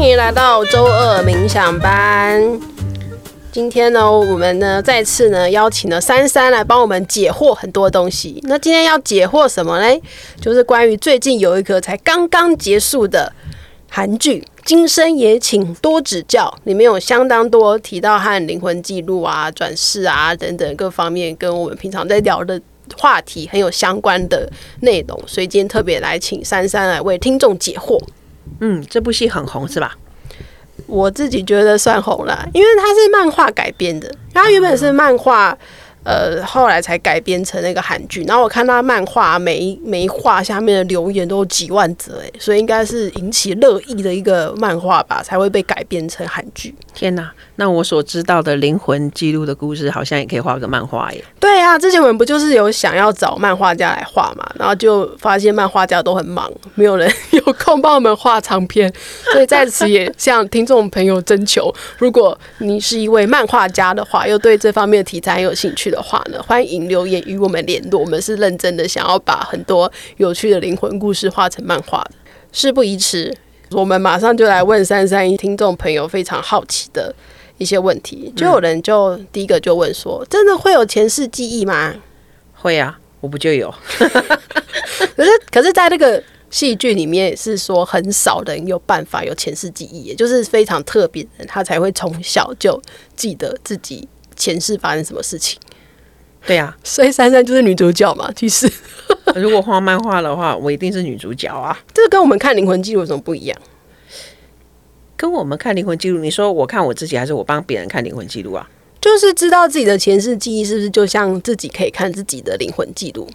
迎来到周二冥想班。今天呢，我们呢再次呢邀请了珊珊来帮我们解惑很多东西。那今天要解惑什么呢？就是关于最近有一个才刚刚结束的韩剧《今生也请多指教》，里面有相当多提到和灵魂记录啊、转世啊等等各方面跟我们平常在聊的话题很有相关的内容，所以今天特别来请珊珊来为听众解惑。 这部戏很红是吧？ 我自己觉得算红了，因为它是漫画改编的，它原本是漫画，后来才改编成那个韩剧。然后我看它漫画每一画下面的留言都有几万则，所以应该是引起热议的一个漫画吧，才会被改编成韩剧。 天哪，那我所知道的灵魂记录的故事，好像也可以画个漫画耶。 对啊，之前我们不就是有想要找漫画家来画嘛，然后就发现漫画家都很忙，没有人有空帮我们画长篇，所以在此也向听众朋友征求，如果你是一位漫画家的话，又对这方面的题材很有兴趣的话呢，欢迎留言与我们联络，我们是认真的想要把很多有趣的灵魂故事画成漫画的。事不宜迟，我们马上就来问珊珊听众朋友非常好奇的一些问题。就有人就第一个就问说，真的会有前世记忆吗？ 会啊，我不就有可是在那个戏剧里面是说很少人有办法有前世记忆，也就是非常特别的人他才会从小就记得自己前世发生什么事情。 对啊， 所以珊珊就是女主角嘛，其实如果画漫画的话，我一定是女主角啊。 这跟我们看灵魂记录有什么不一样？ 跟我们看灵魂记录，你说我看我自己还是我帮别人看灵魂记录啊？ 就是知道自己的前世记忆是不是就像自己可以看自己的灵魂记录？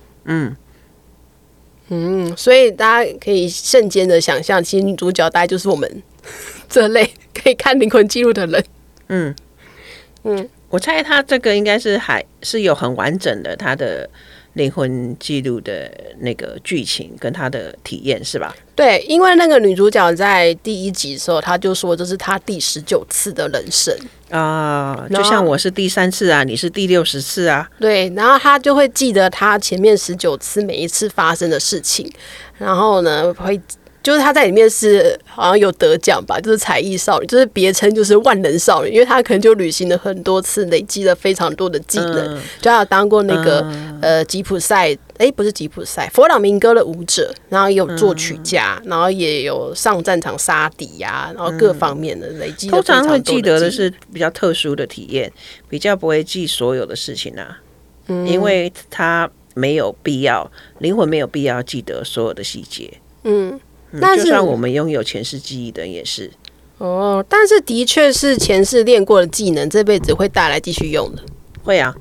所以大家可以瞬间的想象，其实女主角大概就是我们这类可以看灵魂记录的人。 我猜他这个应该是还是有很完整的他的灵魂记录的那个剧情跟他的体验是吧？ 对，因为那个女主角在第一集的时候，她就说这是她第19次的人生啊，就像我是第3次啊，你是第60次啊。 对，然后她就会记得她前面19次每一次发生的事情，然后呢会。就是她在里面是好像有得奖吧，就是才艺少女，就是别称就是万能少女，因为她可能就旅行了很多次，累积了非常多的技能。就她有当过那个吉普赛，不是吉普赛，佛朗明哥的舞者，然后也有作曲家，然后也有上战场杀敌呀，然后各方面的累积了非常多的技能。 通常会记得的是比较特殊的体验，比较不会记所有的事情啊，因为他没有必要，灵魂没有必要记得所有的细节。就算我们拥有前世记忆的人也是但是的确是前世练过的技能，这辈子会带来继续用的。 会啊，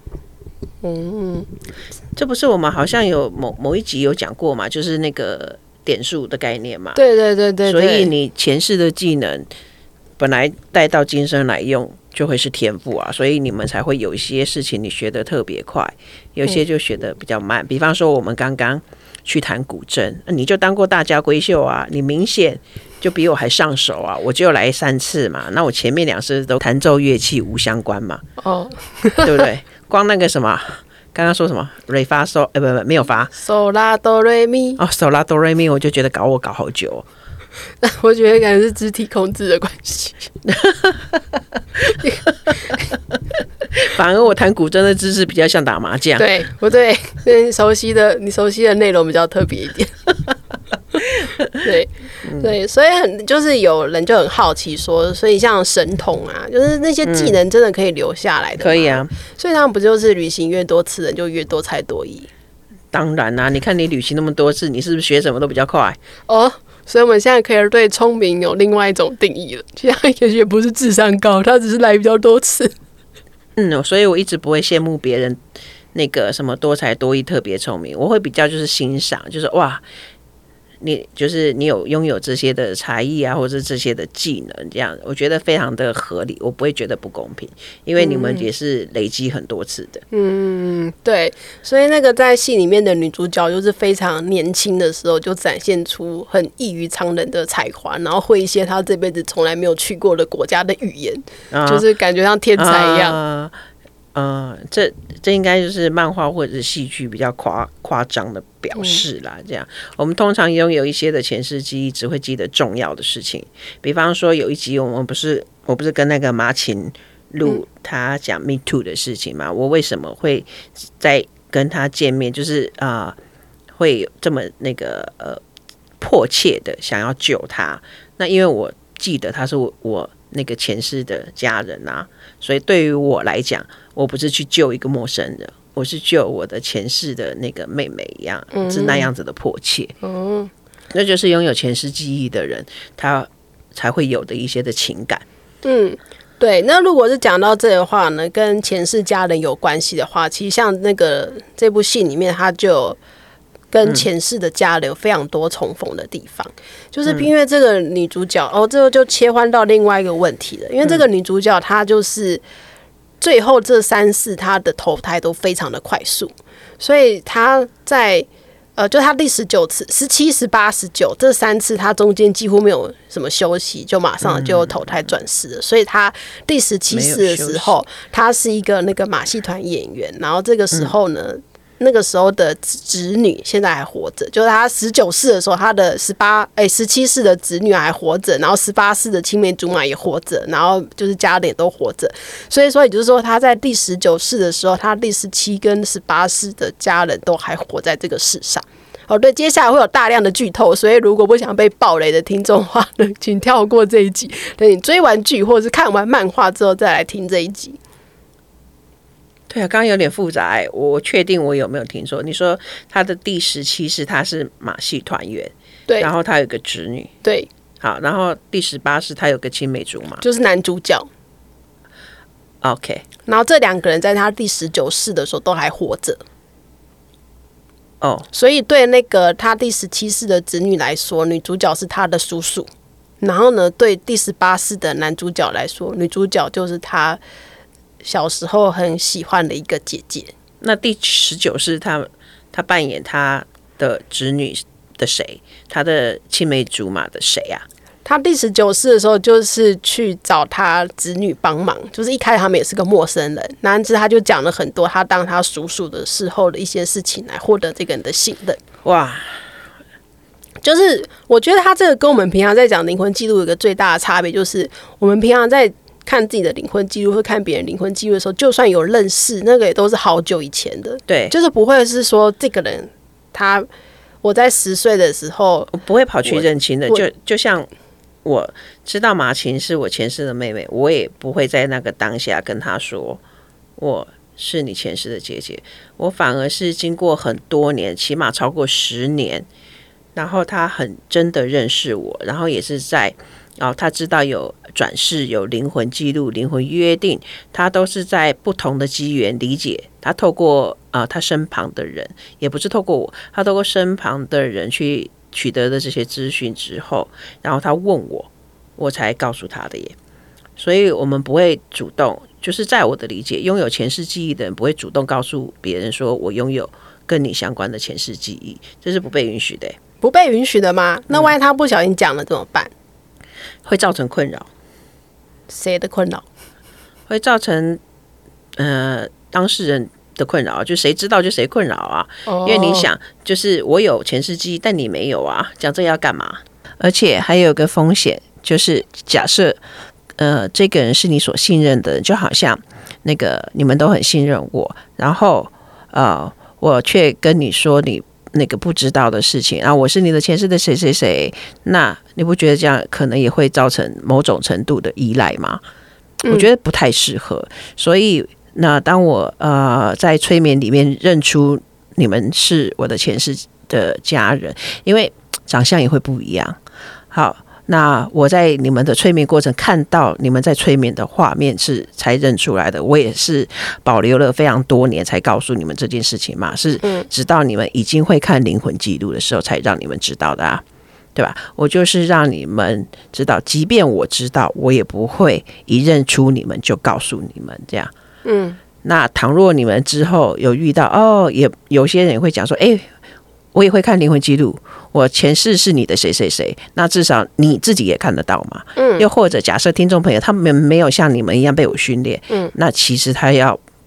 这不是我们好像有某一集有讲过嘛，就是那个点数的概念嘛。 对， 所以你前世的技能本来带到今生来用，就会是天赋啊，所以你们才会有一些事情你学得特别快，有些就学得比较慢。比方说我们刚刚去弹古筝，你就当过大家闺秀啊，你明显就比我还上手啊，我就来3次嘛，那我前面2次都弹奏乐器无相关嘛，对不对？光那个什么，刚刚说什么瑞发嗦，没有发， 嗦拉哆瑞咪， 嗦拉哆瑞咪，我就觉得搞好久我觉得可能是肢体控制的关系。 反而我弹古筝的姿势比较像打麻将。 对，不对？你熟悉的内容比较特别一点。对，所以就是有人就很好奇说，所以像神童啊，就是那些技能真的可以留下来的吗？ 可以啊。 所以他们不就是旅行越多次，人就越多才多艺？ 当然啦，你看你旅行那么多次，你是不是学什么都比较快？ 所以我们现在可以对聪明有另外一种定义了。其实他也许不是智商高，他只是来比较多次。 所以我一直不会羡慕别人那个什么多才多艺、特别聪明，我会比较就是欣赏，就是哇，你有拥有这些的才艺啊，或者是这些的技能，这样我觉得非常的合理，我不会觉得不公平，因为你们也是累积很多次的。 对，所以那个在戏里面的女主角就是非常年轻的时候就展现出很异于常人的才华，然后会一些她这辈子从来没有去过的国家的语言，就是感觉像天才一样。 这应该就是漫画或者是戏剧比较夸张的表示啦。这样，我们通常拥有一些的前世记忆，只会记得重要的事情。比方说，有一集我不是跟那个马琴录他讲 Me Too 的事情嘛？我为什么会在跟他见面，就是会有这么迫切的想要救他？那因为我记得他是我那个前世的家人啊，所以对于我来讲，我不是去救一个陌生人，我是救我的前世的那个妹妹一样，是那样子的迫切。那就是拥有前世记忆的人，他才会有的一些的情感。 对。那如果是讲到这的话呢，跟前世家人有关系的话，其实像这部戏里面，他就有跟前世的家人有非常多重逢的地方，就是因为这个女主角这个就切换到另外一个问题了，因为这个女主角她就是最后这3世她的投胎都非常的快速，所以她在就她第19次、17、18、19这3次，她中间几乎没有什么休息，就马上就投胎转世了。所以她第17世的时候，她是一个那个马戏团演员，然后这个时候呢，那个时候的侄女现在还活着，就是她19世的时候，她的17世的侄女还活着，然后18世的青梅竹马也活着，然后就是家人也都活着，所以说也就是说，她在第19世的时候，她第17跟18世的家人都还活在这个世上。对，接下来会有大量的剧透，所以如果不想被爆雷的听众的话呢，请跳过这一集，等你追完剧或者是看完漫画之后再来听这一集。 对啊，刚刚有点复杂我确定我有没有听错？你说他的第17世他是马戏团员， 对， 然后他有个侄女， 对， 好，然后第18世他有个青梅竹马， 就是男主角。 OK， 然后这2个人在他第19世的时候都还活着。所以对那个他第17世的子女来说，女主角是他的叔叔。然后呢，对第18世的男主角来说，女主角就是他小时候很喜欢的一个姐姐。 那第19世他扮演他的侄女的谁？他的青梅竹马的谁啊？ 他第19世的时候，就是去找他侄女帮忙，就是一开始他们也是个陌生人，然后他就讲了很多他当他叔叔的时候的一些事情，来获得这个人的信任。 哇， 就是我觉得他这个跟我们平常在讲灵魂记录有一个最大的差别，就是我们平常在看自己的灵魂记录或看别人灵魂记录的时候，就算有认识，那个也都是好久以前的。 对， 就是不会是说这个人我在10岁的时候， 我不会跑去认亲的，就像。我知道马琴是我前世的妹妹，我也不会在那个当下跟她说我是你前世的姐姐，我反而是经过很多年，起码超过10年，然后她很真的认识我，然后也是在她知道有转世、有灵魂记录、灵魂约定，她都是在不同的机缘理解，她透过她身旁的人，也不是透过我，她透过身旁的人去取得的这些资讯之后，然后他问我才告诉他的耶。所以我们不会主动，就是在我的理解，拥有前世记忆的人不会主动告诉别人说我拥有跟你相关的前世记忆，这是不被允许的耶。 不被允许的吗？那万一他不小心讲了怎么办？ 会造成困扰。 谁的困扰？ 会造成当事人的困扰，就谁知道就谁困扰啊。因为你想，就是我有前世记忆，但你没有啊，讲这要干嘛？而且还有个风险，就是假设这个人是你所信任的人，就好像那个你们都很信任我，然后我却跟你说你那个不知道的事情啊，我是你的前世的谁谁谁，那你不觉得这样可能也会造成某种程度的依赖吗？我觉得不太适合。所以那当我在催眠里面认出你们是我的前世的家人，因为长相也会不一样。好，那我在你们的催眠过程看到你们在催眠的画面是才认出来的，我也是保留了非常多年才告诉你们这件事情嘛，是直到你们已经会看灵魂记录的时候才让你们知道的啊，对吧？我就是让你们知道，即便我知道，我也不会一认出你们就告诉你们这样。那倘若你们之后有遇到也有些人也会讲说，我也会看灵魂记录，我前世是你的谁谁谁，那至少你自己也看得到嘛。又或者假设听众朋友他们没有像你们一样被我训练，那其实他要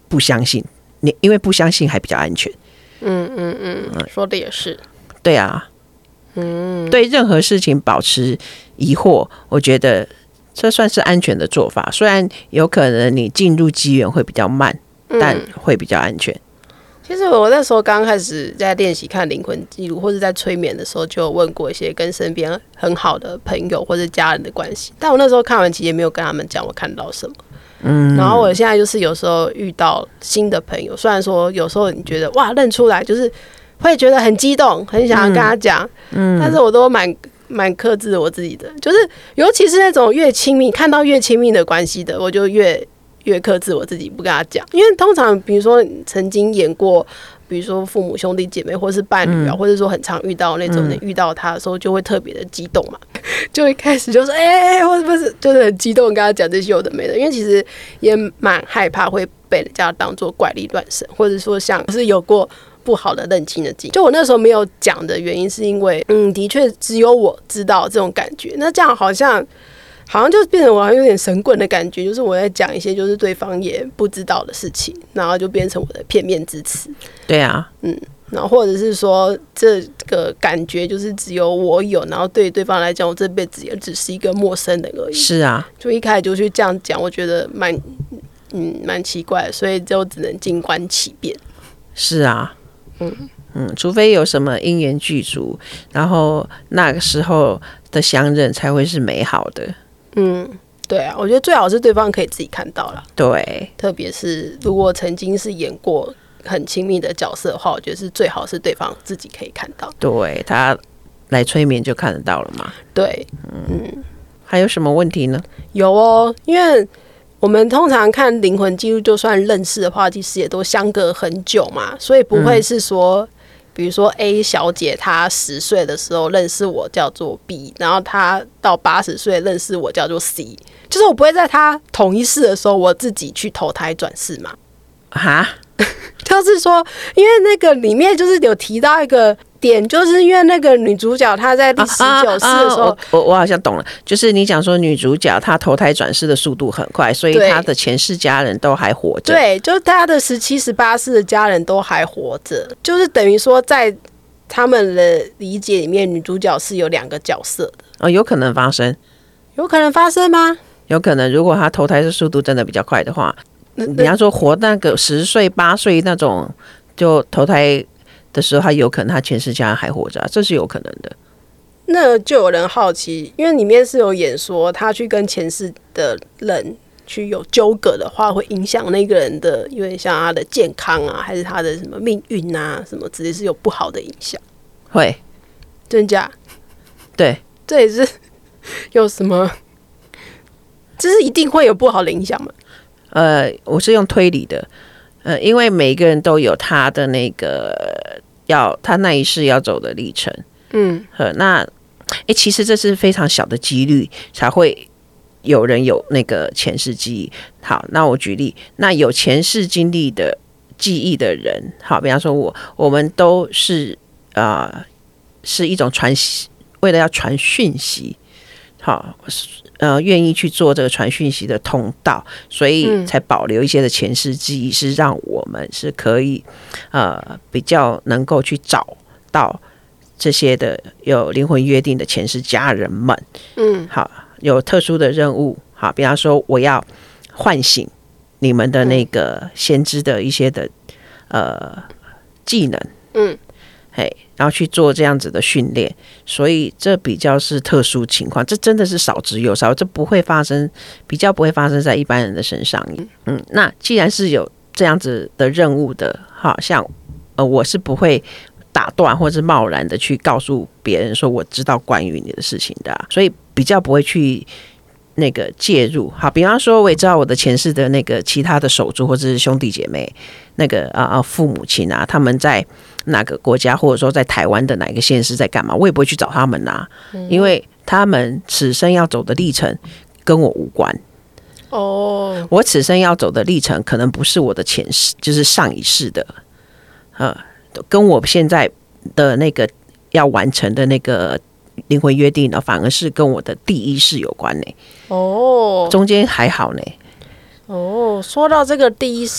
不相信，因为不相信还比较安全。 说的也是。 对啊，对任何事情保持疑惑，我觉得这算是安全的做法。虽然有可能你进入机缘会比较慢，但会比较安全。 其实我那时候刚开始在练习看灵魂记录，或者在催眠的时候，就有问过一些跟身边很好的朋友或者家人的关系。但我那时候看完其实也没有跟他们讲我看到什么。然后我现在就是有时候遇到新的朋友，虽然说有时候你觉得哇认出来，就是会觉得很激动，很想要跟他讲，但是我都蛮克制我自己的，就是尤其是那种越亲密，看到越亲密的关系的，我就越克制我自己，不跟他讲。因为通常比如说曾经演过，比如说父母兄弟姐妹或是伴侣啊，或者说很常遇到那种人，遇到他的时候就会特别的激动嘛，就一开始就说或者不是，就是很激动跟他讲这些有的没的。因为其实也蛮害怕会被人家当作怪力乱神，或者说像是有过不好的认亲的经历。就我那时候没有讲的原因是因为的确只有我知道这种感觉，那这样好像就变成我好像有点神棍的感觉，就是我在讲一些就是对方也不知道的事情，然后就变成我的片面之词。 对啊， 然后或者是说这个感觉就是只有我有，然后对对方来讲，我这辈子也只是一个陌生人而已。 是啊， 就一开始就去这样讲，我觉得蛮奇怪的，所以就只能静观其变。 是啊，除非有什么因缘具足，然后那个时候的相认才会是美好的。 对啊，我觉得最好是对方可以自己看到啦。 对， 特别是如果曾经是演过很亲密的角色的话，我觉得是最好是对方自己可以看到。 对，他来催眠就看得到了嘛。 对， 还有什么问题呢？ 有哦，因为我们通常看灵魂记录，就算认识的话，其实也都相隔很久嘛，所以不会是说，比如说 A 小姐她10岁的时候认识我叫做 B， 然后她到80岁认识我叫做 C， 就是我不会在她同一世的时候我自己去投胎转世嘛。 哈， 就是说，因为那个里面就是有提到一个点，就是因为那个女主角她在第19世的时候， 我好像懂了，就是你讲说女主角她投胎转世的速度很快，所以她的前世家人都还活着。 对，就是她的17、18世的家人都还活着，就是等于说在他们的理解里面，女主角是有2个角色的。 有可能发生， 有可能发生吗？ 有可能，如果她投胎的速度真的比较快的话。你要说活那个10岁、8岁那种，就投胎的时候，他有可能他前世家人还活着，这是有可能的。 那就有人好奇，因为里面是有演说，他去跟前世的人去有纠葛的话，会影响那个人的，有点像他的健康啊，还是他的什么命运啊，什么之类，是有不好的影响。 会， 真假？ 对， 这也是有什么？这是一定会有不好的影响吗？ 我是用推理的，因为每个人都有他的那个他那一世要走的历程，那其实这是非常小的几率才会有人有那个前世记忆。好，那我举例，那有前世经历的记忆的人，好，比方说我们都是是一种为了要传讯息，好。愿意去做这个传讯息的通道，所以才保留一些的前世记忆，是让我们是可以比较能够去找到这些的有灵魂约定的前世家人们。好，有特殊的任务，好，比方说我要唤醒你们的那个先知的一些的技能，然后去做这样子的训练，所以这比较是特殊情况，这真的是少之又少，这不会发生，比较不会发生在一般人的身上。那既然是有这样子的任务的，好像我是不会打断或是贸然的去告诉别人说我知道关于你的事情的，所以比较不会去那个介入。好，比方说我也知道我的前世的那个其他的手足或者是兄弟姐妹，那个父母亲啊，他们在哪个国家或者说在台湾的哪个县市在干嘛，我也不会去找他们啊，因为他们此生要走的历程跟我无关。我此生要走的历程可能不是我的前世，就是上一世的，跟我现在的那个要完成的那个灵魂约定呢，反而是跟我的第一世有关呢。中间还好呢。 说到这个第一世，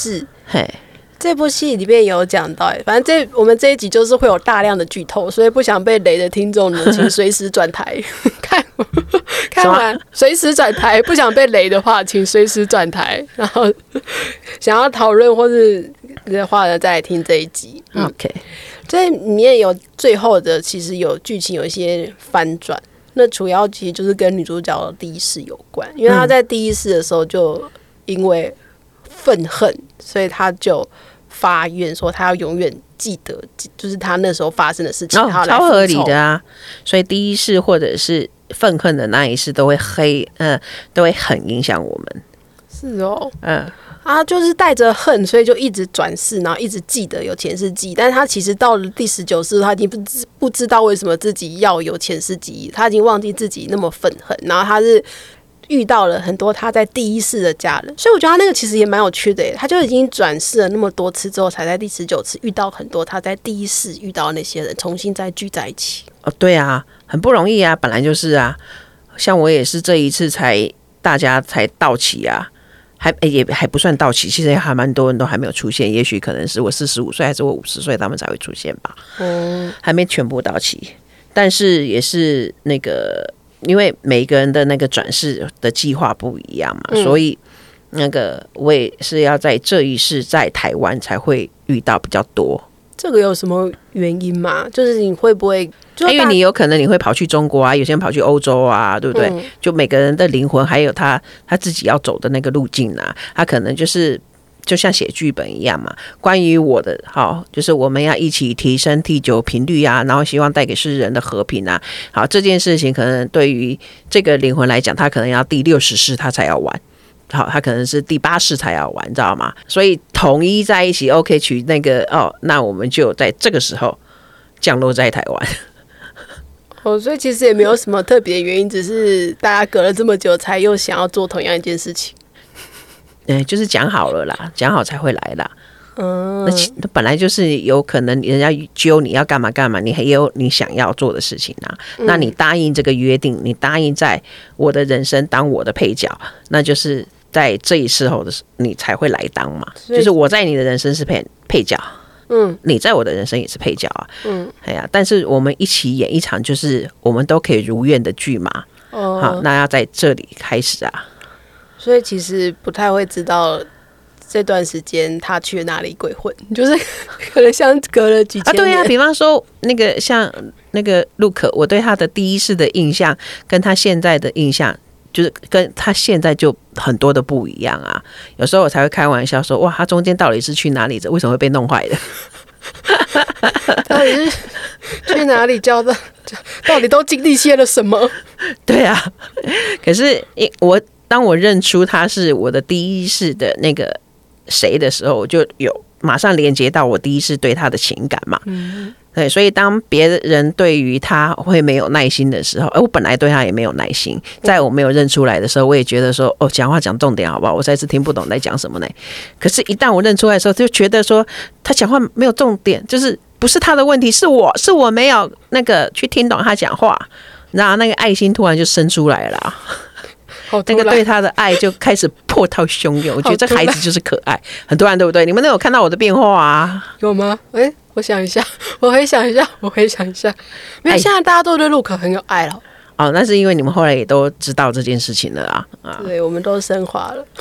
嘿， 这部戏里面有讲到，反正我们这一集就是会有大量的剧透，所以不想被雷的听众呢，请随时转台看完随时转台，不想被雷的话，请随时转台，然后想要讨论或是的话呢，再来听这一集。 OK， 这里面有最后的，其实有剧情有一些翻转，那主要其实就是跟女主角的第一世有关，因为她在第一世的时候就因为愤恨，所以她就发愿说她要永远记得，就是她那时候发生的事情，她要来复仇。 超合理的啊！所以第一世或者是愤恨的那一世都会都会很影响我们。 是哦，他就是带着恨，所以就一直转世，然后一直记得有前世记忆。但是他其实到了第19世，他已经不知道为什么自己要有前世记忆，他已经忘记自己那么愤恨。然后他是遇到了很多他在第一世的家人，所以我觉得他那个其实也蛮有趣的耶。他就已经转世了那么多次之后，才在第19次遇到很多他在第一世遇到的那些人，重新再聚在一起。 哦，对啊，很不容易啊，本来就是啊。像我也是这一次大家才到齐啊。也还不算到期，其实还蛮多人都还没有出现，也许可能是我45岁还是我50岁，他们才会出现吧。还没全部到期，但是也是那个，因为每个人的那个转世的计划不一样嘛，所以那个我也是要在这一世在台湾才会遇到比较多。 这个有什么原因吗？就是你会不会？ 因为你有可能你会跑去中国啊，有些人跑去欧洲啊，对不对？就每个人的灵魂还有他自己要走的那个路径啊，他可能就像写剧本一样嘛。关于我的好，就是我们要一起提升第9频率啊，然后希望带给世人的和平啊。好，这件事情可能对于这个灵魂来讲，他可能要第60世他才要完。好，他可能是第8世才要完，你知道吗？所以统一在一起 ，OK， 取那个那我们就在这个时候降落在台湾。 所以其实也没有什么特别的原因，只是大家隔了这么久才又想要做同样一件事情。 就是讲好了啦，讲好才会来啦。那本来就是有可能人家揪你要干嘛干嘛，你还有你想要做的事情啊。那你答应这个约定，你答应在我的人生当我的配角，那就是在这一世后的你才会来当嘛。就是我在你的人生是配角。你在我的人生也是配角啊。哎呀，但是我们一起演一场，就是我们都可以如愿的剧嘛。好，那要在这里开始啊。 所以其实不太会知道这段时间他去哪里鬼混，就是可能像隔了几千年。 对啊，比方说像那个 Luke， 我对他的第一世的印象跟他现在的印象，就是跟他现在就很多的不一样啊。有时候我才会开玩笑说，哇，他中间到底是去哪里？为什么会被弄坏的？ 到底是去哪里教的？到底都经历些了什么？ 对啊，可是当我认出他是我的第一世的那个谁的时候，我就有马上连接到我第一世对他的情感嘛。对，所以当别人对于他会没有耐心的时候，我本来对他也没有耐心，在我没有认出来的时候，我也觉得说，讲话讲重点好不好？我实在是听不懂在讲什么呢。可是，一旦我认出来的时候，就觉得说他讲话没有重点，就是不是他的问题，是我没有那个去听懂他讲话，然后那个爱心突然就生出来了。那个对他的爱就开始波涛汹涌，我觉得这孩子就是可爱，很突然，对不对？你们都有看到我的变化啊？ 有吗？我想一下，我回想一下。没有，现在大家都对 Luke 很有爱了。 那是因为你们后来也都知道这件事情了啊。 对，我们都升华了。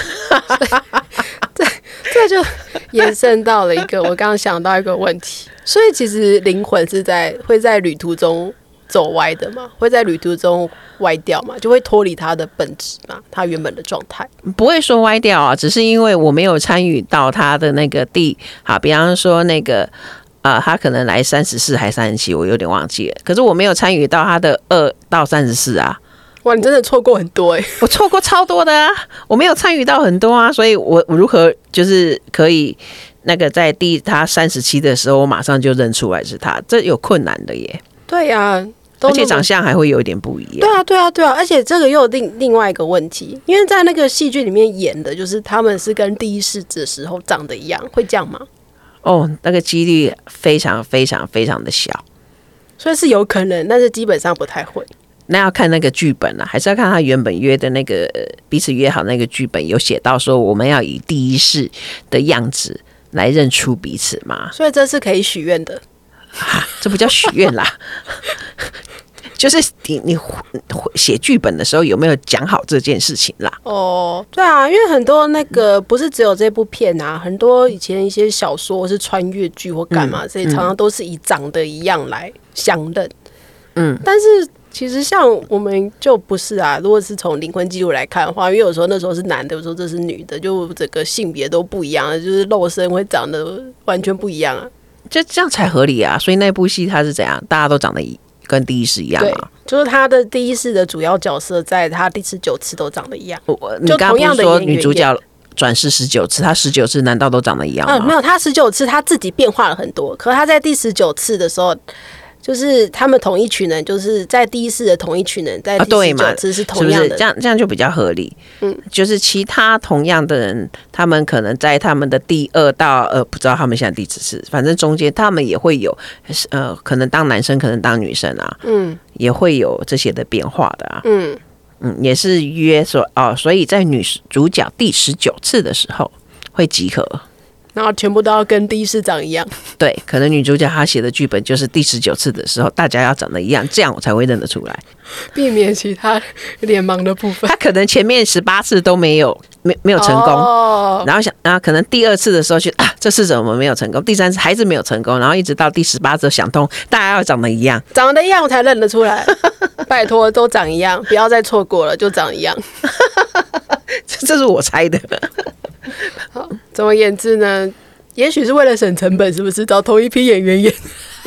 这就延伸到了一个，我刚刚想到一个问题，所以其实灵魂是会在旅途中走歪的嘛，会在旅途中歪掉嘛，就会脱离它的本质嘛，它原本的状态不会说歪掉啊，只是因为我没有参与到它的那个好，比方说那个他可能来34还37，我有点忘记了，可是我没有参与到他的2到34啊。 哇，你真的错过很多我错过超多的啊，我没有参与到很多啊，所以我如何就是可以那个在他37的时候，我马上就认出来是他，这有困难的耶。 对呀。 而且长相还会有一点不一样。对啊，而且这个又有另外一个问题，因为在那个戏剧里面演的就是他们是跟第一世的时候长得一样，会这样吗？ 那个几率非常非常非常的小， 所以是有可能，但是基本上不太会。 那要看那个剧本啊，还是要看他原本约的那个彼此约好那个剧本有写到说我们要以第一世的样子来认出彼此嘛？ 所以这是可以许愿的啊，这不叫许愿啦。就是你写剧本的时候有没有讲好这件事情啦？ 哦，对啊，因为很多那个不是只有这部片啊，很多以前一些小说或是穿越剧或干嘛，这些常常都是以长得一样来相认。但是其实像我们就不是啊，如果是从灵魂记录来看的话，因为有时候那时候是男的，有时候这是女的，就整个性别都不一样，就是肉身会长得完全不一样啊， 这样才合理啊。所以那部戏它是怎样，大家都长得跟第一世一样嘛？ 就是他的第一世的主要角色，在他第19次都长得一样。 你刚刚不是说女主角转世19次，她19次难道都长得一样吗？ 没有，她19次她自己变化了很多，可是她在第19次的时候，就是他们同一群人，就是在第一世的同一群人，在第19次是同样的， 是不是？这样就比较合理。就是其他同样的人，他们可能在他们的第2到不知道他们现在第几次，反正中间他们也会有可能当男生，可能当女生啊，也会有这些的变化的啊。也是约说所以在女主角第19次的时候会集合。 然后全部都要跟第一世长一样， 对，可能女主角她写的剧本就是第19次的时候，大家要长得一样，这样我才会认得出来， 避免其他脸盲的部分。 她可能前面18次都没有成功，然后可能第2次的时候就这次怎么没有成功？第3次还是没有成功，然后一直到第18次想通，大家要长得一样， 长得一样我才认得出来。拜托，都长一样，不要再错过了，就长一样。 这是我猜的。 好，总而言之呢，也许是为了省成本，是不是找同一批演员演？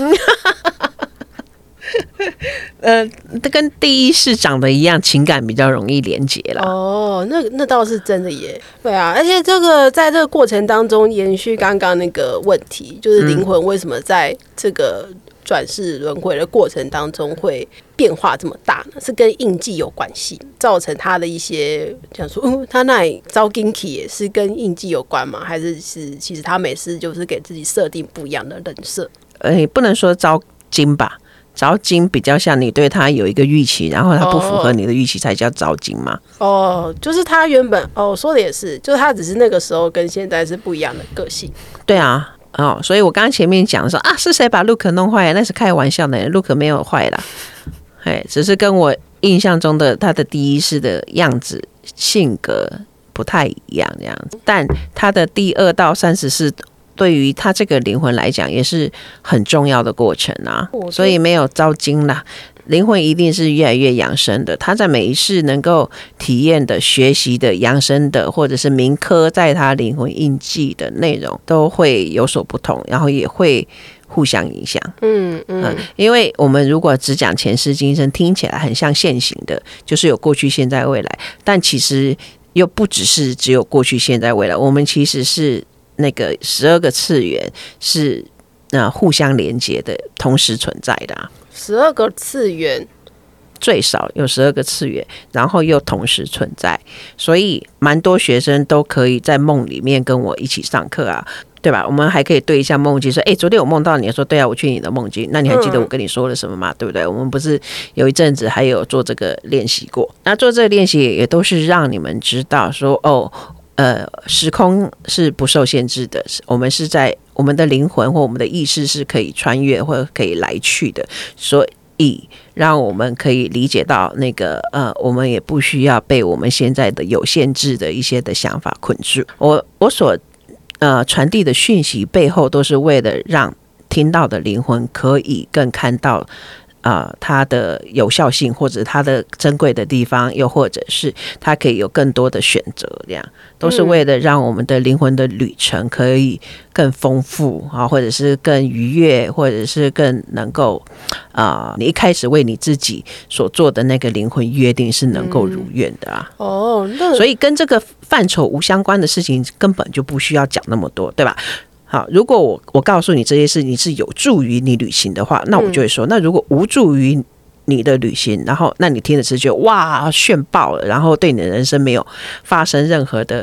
跟第一世长得一样，情感比较容易连结啦。 那倒是真的耶。对啊，而且这个在这个过程当中，延续刚刚那个问题，就是灵魂为什么在这个转世轮回的过程当中会变化这么大呢？是跟印记有关系，造成他的一些讲说，他那里招金体也是跟印记有关吗？还是其实他每次就是给自己设定不一样的人设？ 不能说招金吧，招金比较像你对他有一个预期，然后他不符合你的预期才叫招金嘛。 就是他原本说的也是，就是他只是那个时候跟现在是不一样的个性。 对啊。所以我刚刚前面讲说是谁把 Luke 弄坏了？那是开玩笑的 ，Luke 没有坏啦，只是跟我印象中的他的第一世的样子、性格不太一样这样子。但他的第2到34，对于他这个灵魂来讲，也是很重要的过程啊。所以没有招金啦。灵魂一定是越来越养生的，他在每一世能够体验的、学习的、养生的，或者是铭刻在他灵魂印记的内容，都会有所不同，然后也会互相影响。因为我们如果只讲前世今生，听起来很像现行的，就是有过去、现在、未来，但其实又不只有过去、现在、未来，我们其实是那个12个次元是互相连接的，同时存在的啊。 12个次元， 最少有12个次元，然后又同时存在，所以蛮多学生都可以在梦里面跟我一起上课啊，对吧？我们还可以对一下梦境，说，昨天我梦到你，说对啊，我去你的梦境，那你还记得我跟你说了什么吗？对不对？我们不是有一阵子还有做这个练习过，那做这个练习也都是让你们知道说，时空是不受限制的，我们是在我们的灵魂或我们的意识是可以穿越或者可以来去的，所以让我们可以理解到那个我们也不需要被我们现在的有限制的一些的想法困住。我所传递的讯息背后都是为了让听到的灵魂可以更看到它的有效性，或者它的珍贵的地方，又或者是它可以有更多的选择，这样都是为了让我们的灵魂的旅程可以更丰富或者是更愉悦，或者是更能够你一开始为你自己所做的那个灵魂约定是能够如愿的啊。所以跟这个范畴无相关的事情根本就不需要讲那么多，对吧？好，如果我告诉你这些事你是有助于你旅行的话，那我就会说，那如果无助于你的旅行，然后那你听的是觉得哇炫爆了，然后对你的人生没有发生任何的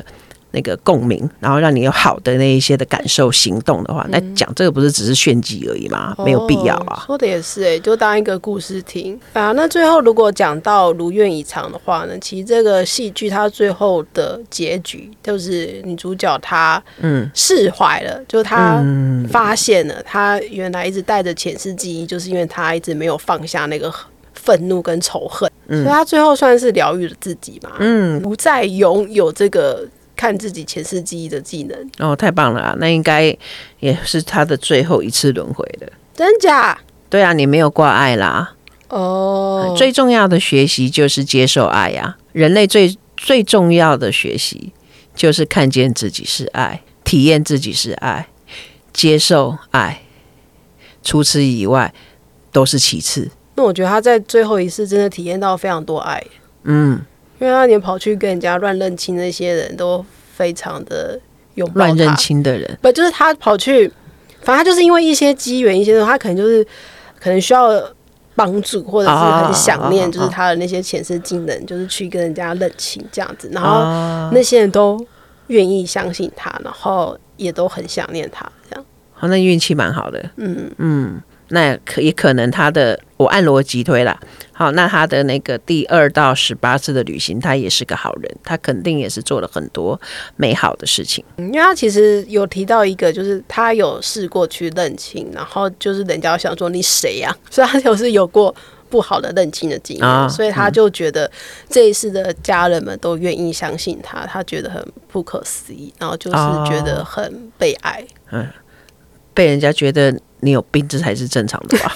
那个共鸣，然后让你有好的那一些的感受行动的话，那讲这个不是只是炫技而已吗？没有必要啊。 说的也是就当一个故事听啊。那最后如果讲到如愿以偿的话呢，其实这个戏剧它最后的结局就是女主角她释怀了，就是她发现了她原来一直带着前世记忆，就是因为她一直没有放下那个愤怒跟仇恨，所以她最后算是疗愈了自己嘛，不再拥有这个看自己前世记忆的技能。 哦，太棒了啊！那应该也是他的最后一次轮回了。 真假？ 对啊，你没有挂爱啦。 哦， 最重要的学习就是接受爱呀。人类最重要的学习就是看见自己是爱，体验自己是爱，接受爱。除此以外，都是其次。 那我觉得他在最后一次真的体验到非常多爱。因为他连跑去跟人家乱认亲那些人都非常的拥抱他。 乱认亲的人， 不就是他跑去，反正他就是因为一些机缘，一些他可能需要帮助，或者是很想念，就是他的那些前世技能，就是去跟人家认亲这样子。然后那些人都愿意相信他，然后也都很想念他，这样。 那运气蛮好的。那也可能他的，我按逻辑推啦。好，那他的那个第2到18次的旅行，他也是个好人，他肯定也是做了很多美好的事情。 因为他其实有提到一个，就是他有试过去认亲，然后就是人家想说你谁呀、所以他有过不好的认亲的经验，所以他就觉得这一世的家人们都愿意相信他，他觉得很不可思议，然后就是觉得很被爱。 被人家觉得你有病，这才是正常的吧？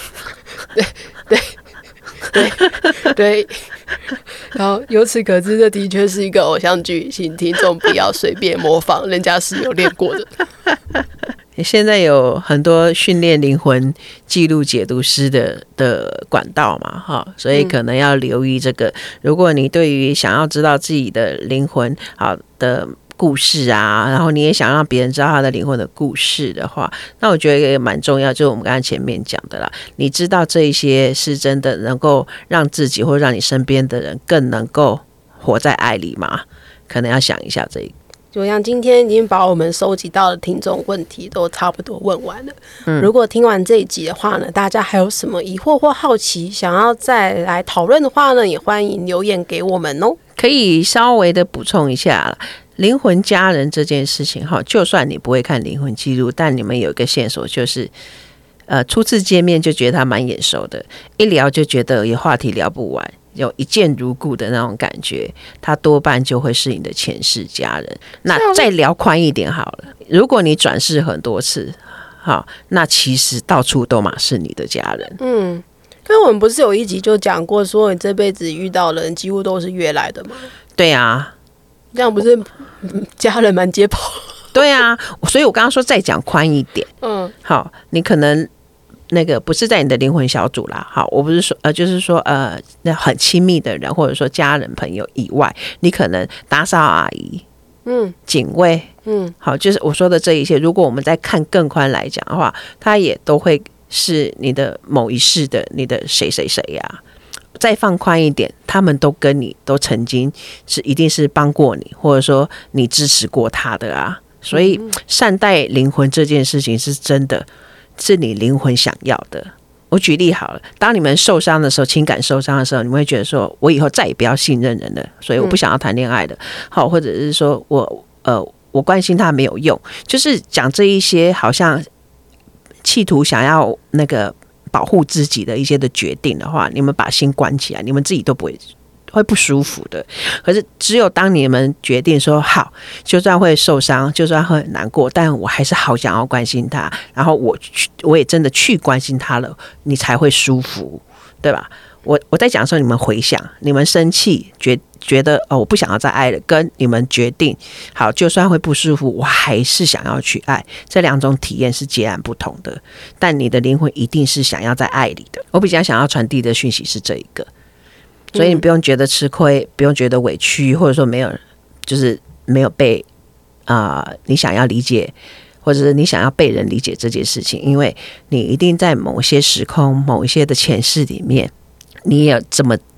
对，然后由此可知，这的确是一个偶像剧，请听众不要随便模仿，人家是有练过的。 现在有很多训练灵魂记录解读师的管道嘛，所以可能要留意这个。如果你对于想要知道自己的灵魂好的故事啊，然后你也想让别人知道他的灵魂的故事的话，那我觉得也蛮重要，就是我们刚才前面讲的啦，你知道这一些是真的能够让自己或让你身边的人更能够活在爱里吗？可能要想一下这一个。 就像今天已经把我们收集到的听众问题都差不多问完了，如果听完这一集的话呢，大家还有什么疑惑或好奇想要再来讨论的话呢，也欢迎留言给我们哦。 可以稍微的补充一下啦，灵魂家人这件事情就算你不会看灵魂记录，但你们有一个线索，就是初次见面就觉得他蛮眼熟的，一聊就觉得有话题聊不完，有一见如故的那种感觉，他多半就会是你的前世家人。那再聊宽一点好了，如果你转世很多次，好，那其实到处都嘛是你的家人。 因为我们不是有一集就讲过，说你这辈子遇到的人几乎都是约来的吗？ 对啊， 这样不是家人满街跑？对啊，所以我刚刚说再讲宽一点。好，你可能那个不是在你的灵魂小组啦。好，我不是说就是说那很亲密的人，或者说家人朋友以外，你可能打扫阿姨。警卫。好，就是我说的这一切，如果我们再看更宽来讲的话，它也都会是你的某一世的你的谁谁谁呀。再放宽一点，他们都跟你都曾经是一定是帮过你，或者说你支持过他的啊。所以善待灵魂这件事情是真的是你灵魂想要的。我举例好了，当你们受伤的时候，情感受伤的时候，你们会觉得说我以后再也不要信任人了，所以我不想要谈恋爱的。好，或者是说我关心他没有用，就是讲这一些好像企图想要那个保护自己的一些的决定的话，你们把心关起来，你们自己都不会不舒服的。可是只有当你们决定说好，就算会受伤，就算会很难过，但我还是好想要关心他，然后我也真的去关心他了，你才会舒服，对吧？我在讲的时候，你们回想，你们生气觉得我不想要再爱了，跟你们决定好，就算会不舒服，我还是想要去爱，这两种体验是截然不同的。但你的灵魂一定是想要在爱里的。我比较想要传递的讯息是这一个，所以你不用觉得吃亏，不用觉得委屈，或者说没有被你想要理解，或者是你想要被人理解这件事情，因为你一定在某些时空、某一些的前世里面，你也有这么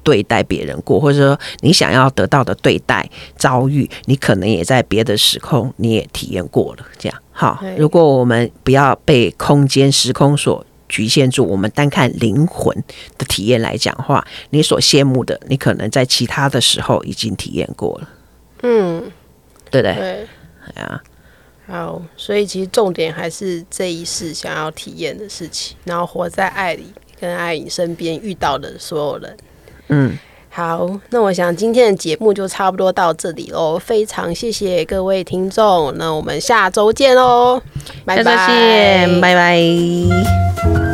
对待别人过，或者说你想要得到的对待遭遇，你可能也在别的时空你也体验过了。这样好，如果我们不要被空间时空所局限住，我们单看灵魂的体验来讲话，你所羡慕的，你可能在其他的时候已经体验过了。对不对？ 对， 啊， 好，所以其实重点还是这一世想要体验的事情，然后活在爱里，跟爱你身边遇到的所有人。好，那我想今天的节目就差不多到这里喽，非常谢谢各位听众，那我们下周见喽，拜拜， 下周见，拜拜。